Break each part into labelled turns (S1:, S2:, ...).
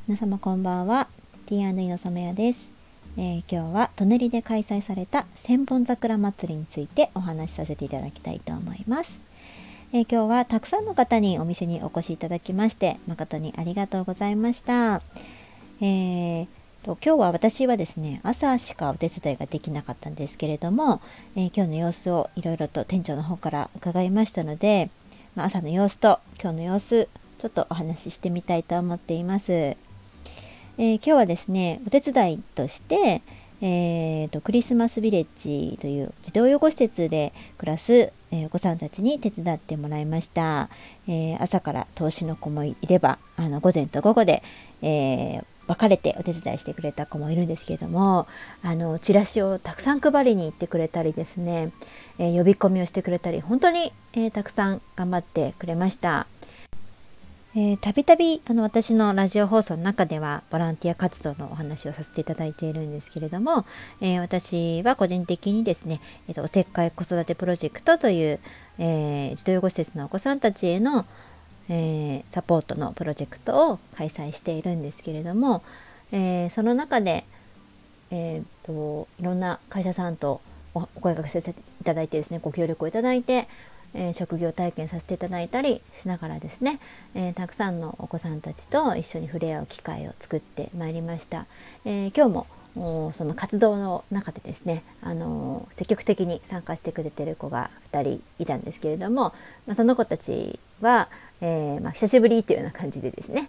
S1: 皆様こんばんは。 T&E の染谷です。今日は舎人で開催された千本桜祭りについてお話しさせていただきたいと思います。今日はたくさんの方にお店にお越しいただきまして誠にありがとうございました。今日は私はですね、朝しかお手伝いができなかったんですけれども、今日の様子をいろいろと店長の方から伺いましたので、朝の様子と今日の様子ちょっとお話ししてみたいと思っています。今日はですね、お手伝いとして、クリスマスビレッジという児童養護施設で暮らす、お子さんたちに手伝ってもらいました。朝から投資の子もいれば、午前と午後で、分かれてお手伝いしてくれた子もいるんですけれども、チラシをたくさん配りに行ってくれたりですね、呼び込みをしてくれたり、本当に、たくさん頑張ってくれました。たびたび私のラジオ放送の中ではボランティア活動のお話をさせていただいているんですけれども、私は個人的にですね、おせっかい子育てプロジェクトという、児童養護施設のお子さんたちへの、サポートのプロジェクトを開催しているんですけれども、その中で、いろんな会社さんとお声掛けさせていただいてですね、ご協力をいただいて、職業体験させていただいたりしながらですね、たくさんのお子さんたちと一緒に触れ合う機会を作ってまいりました。今日もその活動の中でですね、積極的に参加してくれている子が2人いたんですけれども、その子たちは、久しぶりというような感じでですね、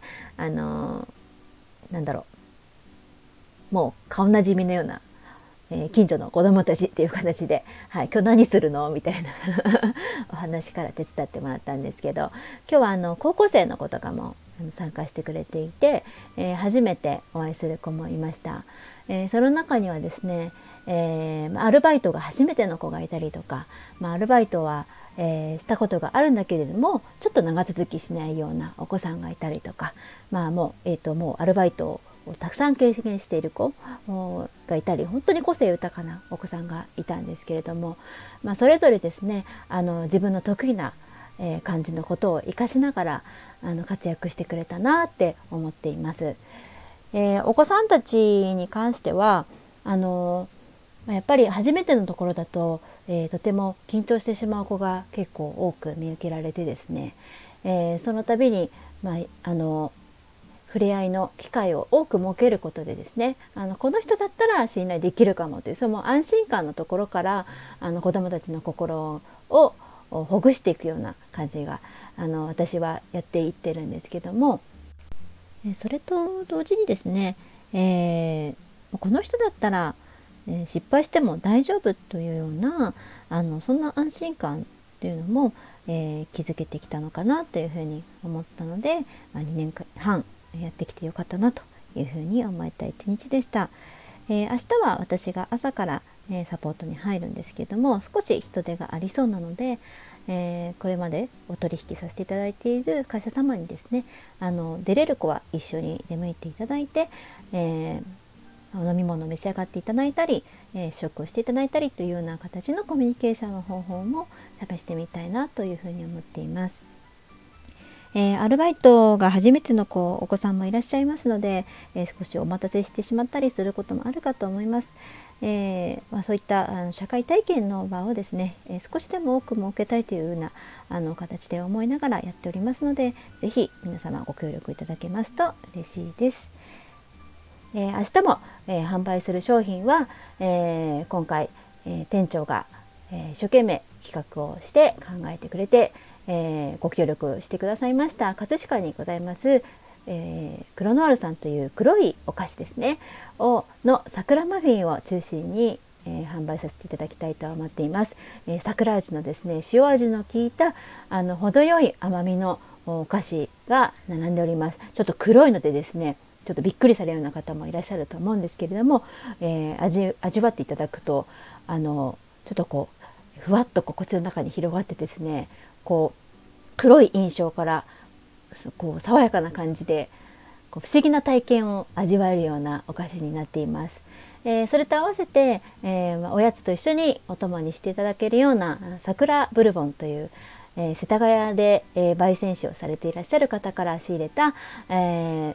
S1: なんだろう、もう顔なじみのような近所の子どもたちっていう形で、今日何するのみたいなお話から手伝ってもらったんですけど、今日は高校生の子とかも参加してくれていて、初めてお会いする子もいました。その中にはですね、アルバイトが初めての子がいたりとか、アルバイトはしたことがあるんだけれどもちょっと長続きしないようなお子さんがいたりとか、もうアルバイトをたくさん経験している子がいたり、本当に個性豊かなお子さんがいたんですけれども、それぞれですね、自分の得意な感じのことを生かしながら活躍してくれたなって思っています。お子さんたちに関してはやっぱり初めてのところだと、とても緊張してしまう子が結構多く見受けられてですね、その度に、触れ合いの機会を多く設けることでですね、この人だったら信頼できるかもというその安心感のところから子どもたちの心をほぐしていくような感じが私はやっていってるんですけども、それと同時にですね、この人だったら失敗しても大丈夫というようなそんな安心感っていうのも、築けてきたのかなというふうに思ったので、2年半やってきてよかったなというふうに思えた一日でした。明日は私が朝から、サポートに入るんですけれども、少し人手がありそうなので、これまでお取引させていただいている会社様にですね、出れる子は一緒に出向いていただいて、お飲み物を召し上がっていただいたり、試食をしていただいたりというような形のコミュニケーションの方法も試してみたいなというふうに思っています。アルバイトが初めてのお子さんもいらっしゃいますので、少しお待たせしてしまったりすることもあるかと思います。そういった社会体験の場をですね、少しでも多く設けたいというような形で思いながらやっておりますので、ぜひ皆様ご協力いただけますと嬉しいです。明日も、販売する商品は、今回、店長が、一生懸命企画をして考えてくれて、ご協力してくださいました葛飾にございます、クロノワールさんという黒いお菓子ですねの桜マフィンを中心に、販売させていただきたいと思っています。桜味のですね、塩味の効いた程よい甘みのお菓子が並んでおります。ちょっと黒いのでですね、ちょっとびっくりされるような方もいらっしゃると思うんですけれども、味わっていただくとちょっとふわっと口の中に広がってですね、黒い印象から爽やかな感じで不思議な体験を味わえるようなお菓子になっています。それと合わせて、おやつと一緒にお供にしていただけるような桜ブルボンという、世田谷で、焙煎酒をされていらっしゃる方から仕入れた、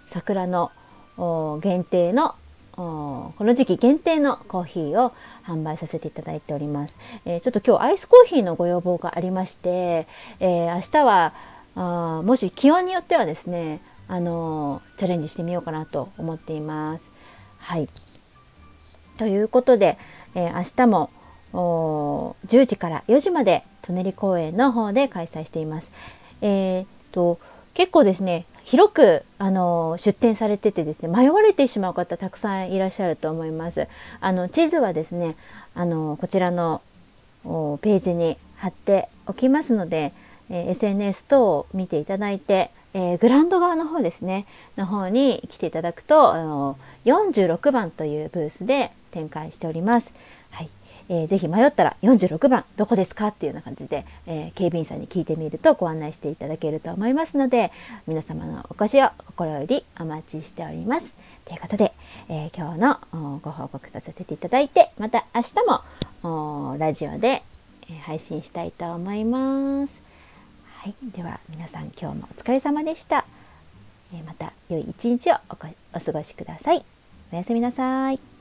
S1: 桜の限定のこの時期限定のコーヒーを販売させていただいております。ちょっと今日アイスコーヒーのご要望がありまして、明日はもし気温によってはですね、チャレンジしてみようかなと思っています。はい。ということで、明日も10時から4時まで舎人公園の方で開催しています。結構ですね、広く出店されててですね、迷われてしまう方たくさんいらっしゃると思います。地図はですね、こちらのページに貼っておきますので、SNS 等を見ていただいて、グラウンド側の方ですねの方に来ていただくと46番というブースで展開しております。はい。ぜひ迷ったら46番どこですかっていうような感じで、警備員さんに聞いてみるとご案内していただけると思いますので、皆様のお越しを心よりお待ちしております。ということで、今日のご報告とさせていただいて、また明日もラジオで配信したいと思います。はい、では皆さん今日もお疲れ様でした。また良い一日をお過ごしください。おやすみなさい。